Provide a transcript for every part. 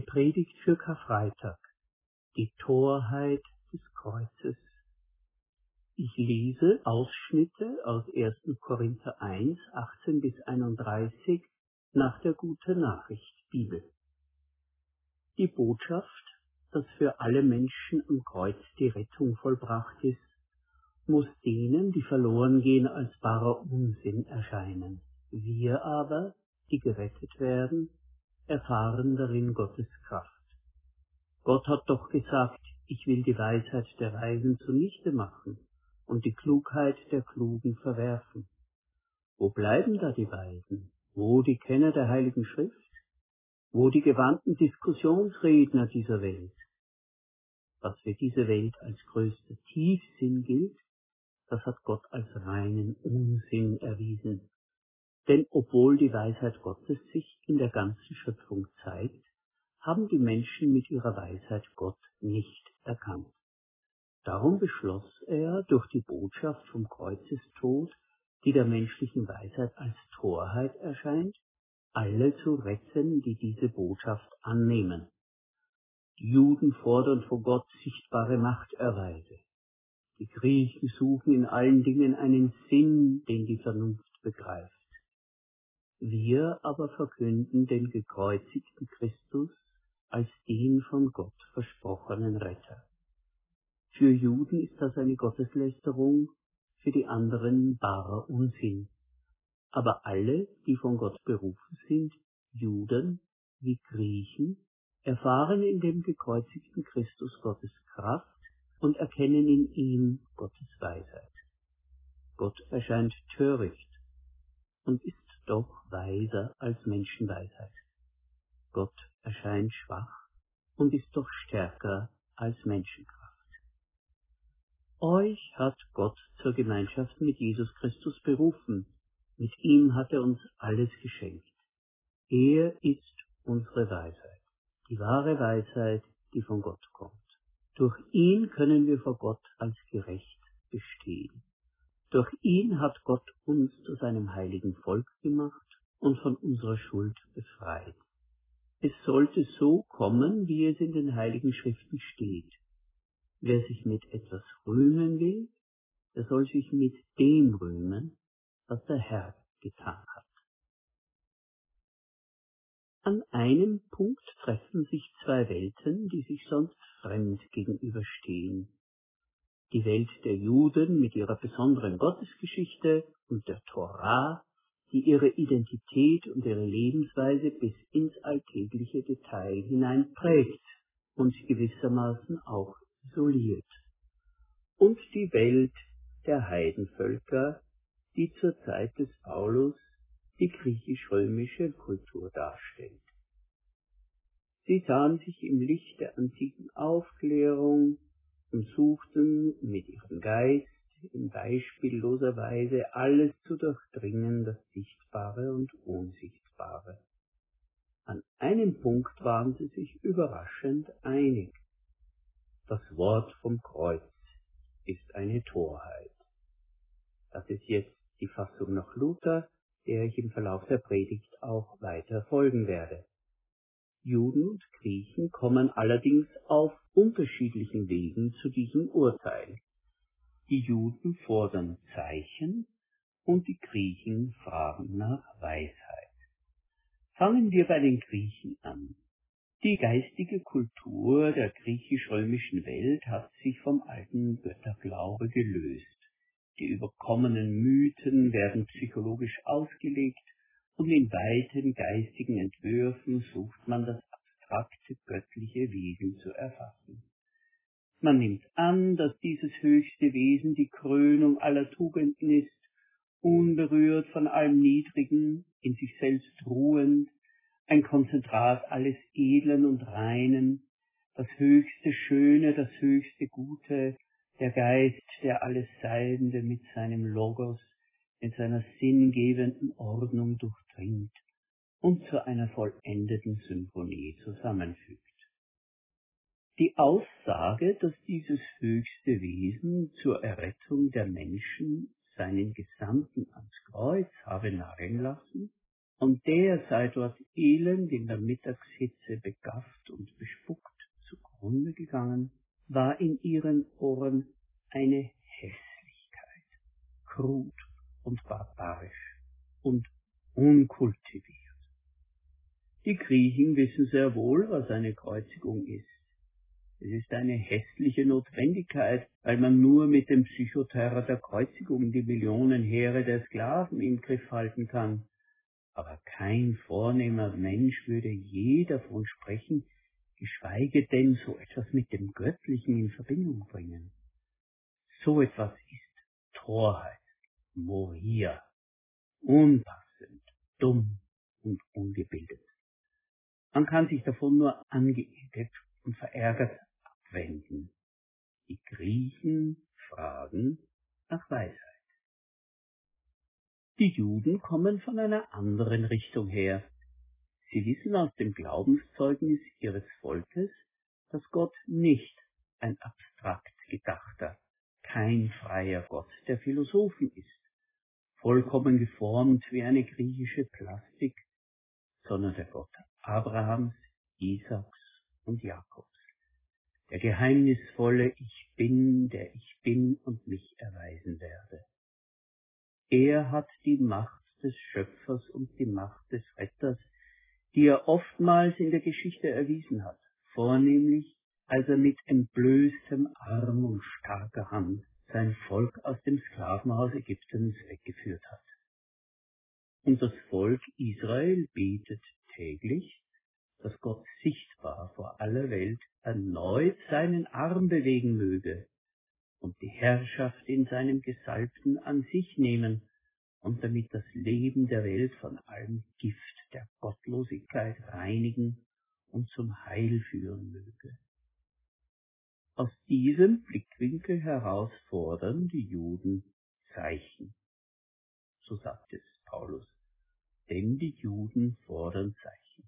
Predigt für Karfreitag. Die Torheit des Kreuzes. Ich lese Ausschnitte aus 1. Korinther 1, 18 bis 31 nach der Gute Nachricht Bibel. Die Botschaft, dass für alle Menschen am Kreuz die Rettung vollbracht ist, muss denen, die verloren gehen, als barer Unsinn erscheinen. Wir aber, die gerettet werden, erfahren darin Gottes Kraft. Gott hat doch gesagt, ich will die Weisheit der Weisen zunichte machen und die Klugheit der Klugen verwerfen. Wo bleiben da die Weisen? Wo die Kenner der Heiligen Schrift? Wo die gewandten Diskussionsredner dieser Welt? Was für diese Welt als größter Tiefsinn gilt, das hat Gott als reinen Unsinn erwiesen. Denn obwohl die Weisheit Gottes sich in der ganzen Schöpfung zeigt, haben die Menschen mit ihrer Weisheit Gott nicht erkannt. Darum beschloss er durch die Botschaft vom Kreuzestod, die der menschlichen Weisheit als Torheit erscheint, alle zu retten, die diese Botschaft annehmen. Die Juden fordern vor Gott sichtbare Machterweise. Die Griechen suchen in allen Dingen einen Sinn, den die Vernunft begreift. Wir aber verkünden den gekreuzigten Christus als den von Gott versprochenen Retter. Für Juden ist das eine Gotteslästerung, für die anderen barer Unsinn. Aber alle, die von Gott berufen sind, Juden wie Griechen, erfahren in dem gekreuzigten Christus Gottes Kraft und erkennen in ihm Gottes Weisheit. Gott erscheint töricht und ist doch weiser als Menschenweisheit. Gott erscheint schwach und ist doch stärker als Menschenkraft. Euch hat Gott zur Gemeinschaft mit Jesus Christus berufen. Mit ihm hat er uns alles geschenkt. Er ist unsere Weisheit, die wahre Weisheit, die von Gott kommt. Durch ihn können wir vor Gott als gerecht bestehen. Durch ihn hat Gott uns zu seinem heiligen Volk gemacht und von unserer Schuld befreit. Es sollte so kommen, wie es in den Heiligen Schriften steht. Wer sich mit etwas rühmen will, der soll sich mit dem rühmen, was der Herr getan hat. An einem Punkt treffen sich zwei Welten, die sich sonst fremd gegenüberstehen. Die Welt der Juden mit ihrer besonderen Gottesgeschichte und der Tora, die ihre Identität und ihre Lebensweise bis ins alltägliche Detail hinein prägt und gewissermaßen auch isoliert. Und die Welt der Heidenvölker, die zur Zeit des Paulus die griechisch-römische Kultur darstellt. Sie sahen sich im Licht der antiken Aufklärung und suchten mit ihrem Geist in beispielloser Weise alles zu durchdringen, das Sichtbare und Unsichtbare. An einem Punkt waren sie sich überraschend einig. Das Wort vom Kreuz ist eine Torheit. Das ist jetzt die Fassung nach Luther, der ich im Verlauf der Predigt auch weiter folgen werde. Juden und Griechen kommen allerdings auf unterschiedlichen Wegen zu diesem Urteil. Die Juden fordern Zeichen und die Griechen fragen nach Weisheit. Fangen wir bei den Griechen an. Die geistige Kultur der griechisch-römischen Welt hat sich vom alten Götterglaube gelöst. Die überkommenen Mythen werden psychologisch ausgelegt und in weiten geistigen Entwürfen sucht man das abstrakte göttliche Wesen zu erfassen. Man nimmt an, dass dieses höchste Wesen die Krönung aller Tugenden ist, unberührt von allem Niedrigen, in sich selbst ruhend, ein Konzentrat alles Edlen und Reinen, das höchste Schöne, das höchste Gute, der Geist, der alles Seiende mit seinem Logos, mit seiner sinngebenden Ordnung durchdringt und zu einer vollendeten Symphonie zusammenfügt. Die Aussage, dass dieses höchste Wesen zur Errettung der Menschen seinen Gesandten ans Kreuz habe nageln lassen, und der sei dort elend in der Mittagshitze begafft und bespuckt zugrunde gegangen, war in ihren Ohren eine Hässlichkeit, krud und barbarisch und unkultiviert. Die Griechen wissen sehr wohl, was eine Kreuzigung ist. Es ist eine hässliche Notwendigkeit, weil man nur mit dem Psychoterror der Kreuzigung die Millionenheere der Sklaven im Griff halten kann. Aber kein vornehmer Mensch würde je davon sprechen, geschweige denn so etwas mit dem Göttlichen in Verbindung bringen. So etwas ist Torheit, Moria, unpassend, dumm und ungebildet. Man kann sich davon nur angeekelt und verärgert abwenden. Die Griechen fragen nach Weisheit. Die Juden kommen von einer anderen Richtung her. Sie wissen aus dem Glaubenszeugnis ihres Volkes, dass Gott nicht ein abstrakt gedachter, kein freier Gott der Philosophen ist, vollkommen geformt wie eine griechische Plastik, sondern der Gott Abrahams, Isaaks und Jakobs, der geheimnisvolle Ich Bin, der ich bin und mich erweisen werde. Er hat die Macht des Schöpfers und die Macht des Retters, die er oftmals in der Geschichte erwiesen hat, vornehmlich als er mit entblößtem Arm und starker Hand sein Volk aus dem Sklavenhaus Ägyptens weggeführt hat. Und das Volk Israel betet täglich, dass Gott sichtbar vor aller Welt erneut seinen Arm bewegen möge und die Herrschaft in seinem Gesalbten an sich nehmen und damit das Leben der Welt von allem Gift der Gottlosigkeit reinigen und zum Heil führen möge. Aus diesem Blickwinkel heraus fordern die Juden Zeichen. So sagt es Paulus, denn die Juden fordern Zeichen.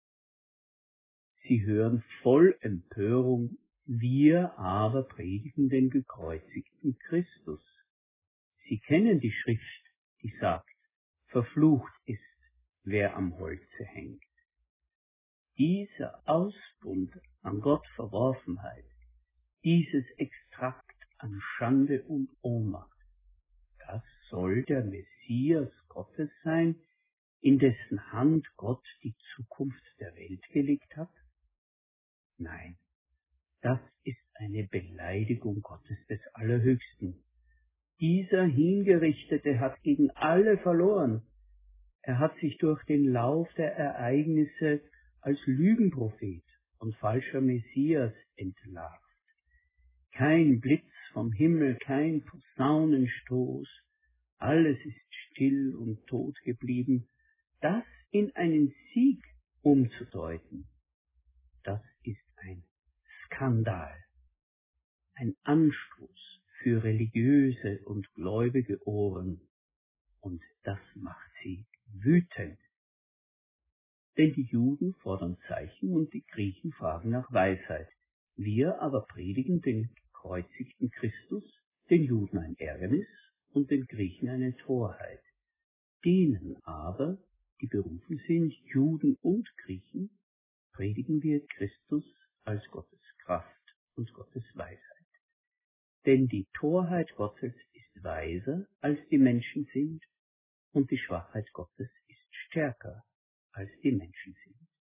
Sie hören voll Empörung, wir aber predigen den gekreuzigten Christus. Sie kennen die Schrift, die sagt, verflucht ist, wer am Holze hängt. Dieser Ausbund an Gottverworfenheit, dieses Extrakt an Schande und Ohnmacht, das soll der Messias Gottes sein, in dessen Hand Gott die Zukunft der Welt gelegt hat? Nein, das ist eine Beleidigung Gottes des Allerhöchsten. Dieser Hingerichtete hat gegen alle verloren. Er hat sich durch den Lauf der Ereignisse als Lügenprophet und falscher Messias entlarvt. Kein Blitz vom Himmel, kein Posaunenstoß, alles ist still und tot geblieben. Das in einen Sieg umzudeuten, das ist ein Skandal, ein Anstoß für religiöse und gläubige Ohren, und das macht sie wütend. Denn die Juden fordern Zeichen und die Griechen fragen nach Weisheit. Wir aber predigen den gekreuzigten Christus, den Juden ein Ärgernis und den Griechen eine Torheit. Denen aber, die berufen sind, Juden und Griechen, predigen wir Christus als Gottes Kraft und Gottes Weisheit. Denn die Torheit Gottes ist weiser, als die Menschen sind, und die Schwachheit Gottes ist stärker, als die Menschen sind.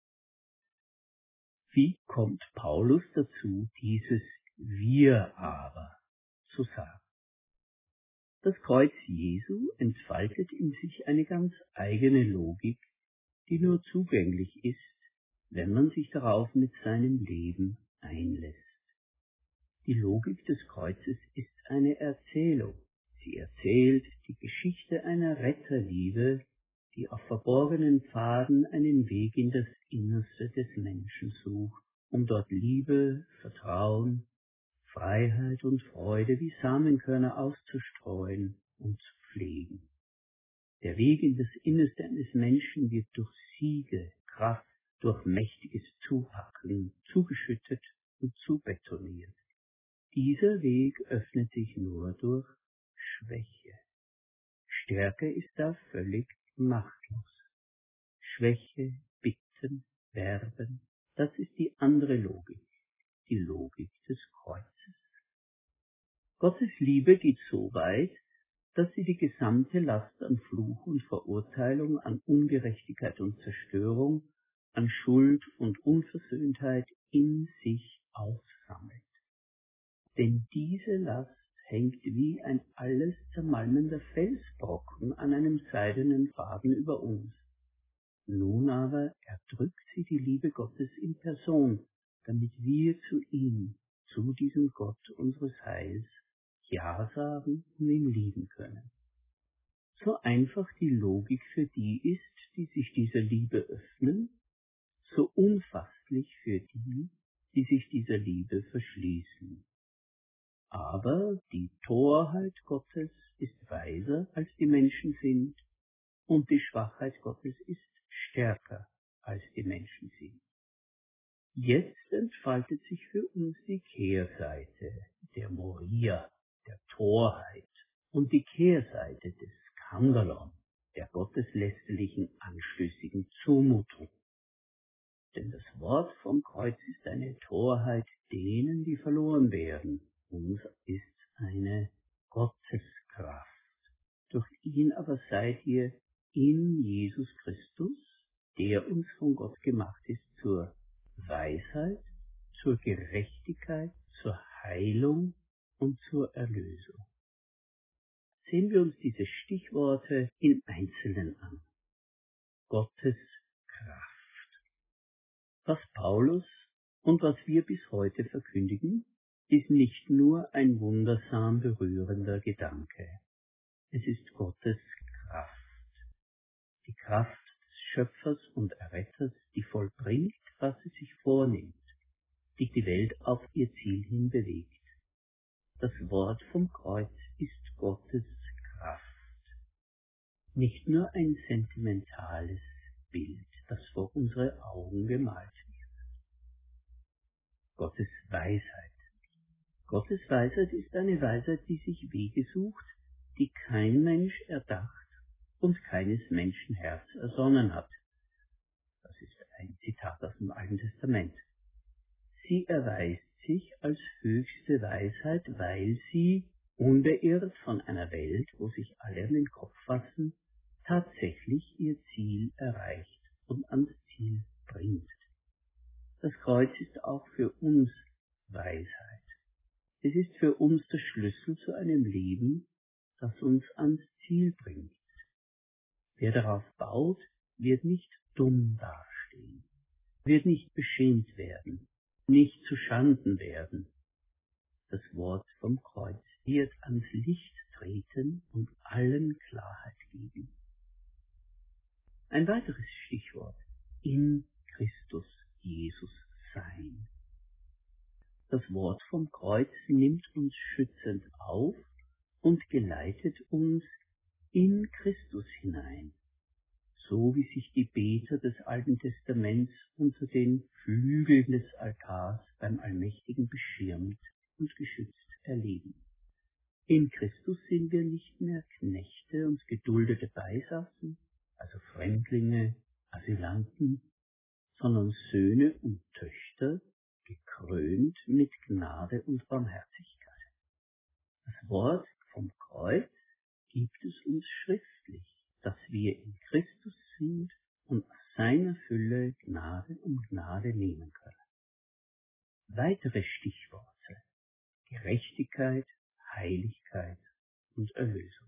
Wie kommt Paulus dazu, dieses Wir aber zu sagen? Das Kreuz Jesu entfaltet in sich eine ganz eigene Logik, die nur zugänglich ist, wenn man sich darauf mit seinem Leben einlässt. Die Logik des Kreuzes ist eine Erzählung. Sie erzählt die Geschichte einer Retterliebe, die auf verborgenen Pfaden einen Weg in das Innerste des Menschen sucht, um dort Liebe, Vertrauen, Freiheit und Freude wie Samenkörner auszustreuen und zu pflegen. Der Weg in das Innerste eines Menschen wird durch Siege, Kraft, durch mächtiges Zupacken zugeschüttet und zubetoniert. Dieser Weg öffnet sich nur durch Schwäche. Stärke ist da völlig machtlos. Schwäche, Bitten, Werben. Das ist die andere Logik, die Logik des Kreuzes. Gottes Liebe geht so weit, dass sie die gesamte Last an Fluch und Verurteilung, an Ungerechtigkeit und Zerstörung, an Schuld und Unversöhntheit in sich aufsammelt. Denn diese Last hängt wie ein alles zermalmender Felsbrocken an einem seidenen Faden über uns. Nun aber erdrückt sie die Liebe Gottes in Person, damit wir zu ihm, zu diesem Gott unseres Heils, Ja sagen und ihn lieben können. So einfach die Logik für die ist, die sich dieser Liebe öffnen, so unfasslich für die, die sich dieser Liebe verschließen. Aber die Torheit Gottes ist weiser, als die Menschen sind, und die Schwachheit Gottes ist stärker, als die Menschen sind. Jetzt entfaltet sich für uns die Kehrseite der Moria, der Torheit, und die Kehrseite des Skandalon, der gotteslästerlichen, anstößigen Zumutung. Denn das Wort vom Kreuz ist eine Torheit denen, die verloren werden. Uns ist eine Gotteskraft. Durch ihn aber seid ihr in Jesus Christus, der uns von Gott gemacht ist zur Weisheit, zur Gerechtigkeit, zur Heilung und zur Erlösung. Sehen wir uns diese Stichworte im Einzelnen an. Gottes Kraft. Was Paulus und was wir bis heute verkündigen, ist nicht nur ein wundersam berührender Gedanke. Es ist Gottes Kraft. Die Kraft des Schöpfers und Erretters, die vollbringt, was sie sich vornimmt, die Welt auf ihr Ziel hin bewegt. Das Wort vom Kreuz ist Gottes Kraft. Nicht nur ein sentimentales Bild, das vor unsere Augen gemalt wird. Gottes Weisheit. Gottes Weisheit ist eine Weisheit, die sich Wege sucht, die kein Mensch erdacht und keines Menschen Herz ersonnen hat. Das ist ein Zitat aus dem Alten Testament. Sie erweist sich als höchste Weisheit, weil sie, unbeirrt von einer Welt, wo sich alle an den Kopf fassen, tatsächlich ihr Ziel erreicht und ans Ziel bringt. Das Kreuz ist auch für uns Weisheit. Es ist für uns der Schlüssel zu einem Leben, das uns ans Ziel bringt. Wer darauf baut, wird nicht dumm dastehen, wird nicht beschämt werden, nicht zu Schanden werden. Das Wort vom Kreuz wird ans Licht treten und allen Klarheit geben. Ein weiteres Stichwort: in Christus Jesus sein. Das Wort vom Kreuz nimmt uns schützend auf und geleitet uns in Christus hinein, so wie sich die Beter des Alten Testaments unter den Flügeln des Altars beim Allmächtigen beschirmt und geschützt erleben. In Christus sind wir nicht mehr Knechte und geduldete Beisassen, also Fremdlinge, Asylanten, sondern Söhne und Töchter, gekrönt mit Gnade und Barmherzigkeit. Das Wort vom Kreuz gibt es uns schriftlich, dass wir in Christus sind und aus seiner Fülle Gnade um Gnade nehmen können. Weitere Stichworte: Gerechtigkeit, Heiligkeit und Erlösung.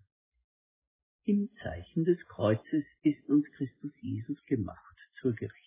Im Zeichen des Kreuzes ist uns Christus Jesus gemacht zur Gerechtigkeit.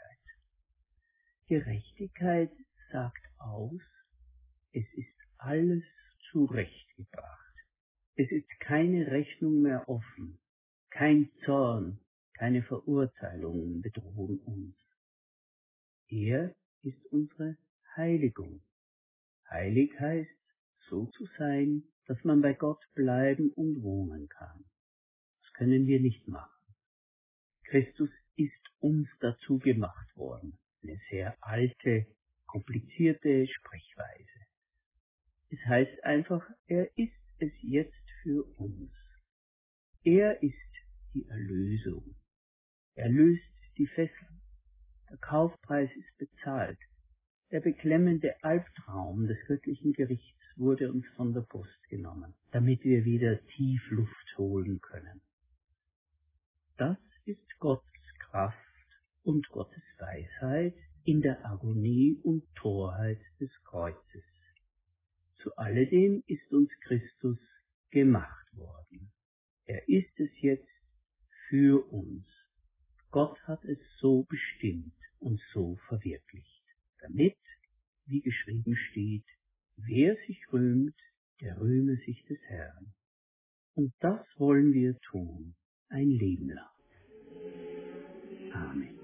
Gerechtigkeit sagt aus, es ist alles zurechtgebracht. Es ist keine Rechnung mehr offen, kein Zorn, keine Verurteilungen bedrohen uns. Er ist unsere Heiligung. Heilig heißt, so zu sein, dass man bei Gott bleiben und wohnen kann. Das können wir nicht machen. Christus ist uns dazu gemacht worden. Eine sehr alte, komplizierte Sprechweise. Es heißt einfach, er ist es jetzt für uns. Er ist die Erlösung. Er löst die Fesseln. Der Kaufpreis ist bezahlt. Der beklemmende Albtraum des göttlichen Gerichts wurde uns von der Brust genommen, damit wir wieder tief Luft holen können. Das ist Gottes Kraft und Gottes Weisheit in der Agonie und Torheit des Kreuzes. Zu alledem ist uns Christus gemacht worden. Er ist es jetzt für uns. Gott hat es so bestimmt und so verwirklicht, damit, wie geschrieben steht, wer sich rühmt, der rühme sich des Herrn. Und das wollen wir tun, ein Leben lang. Amen.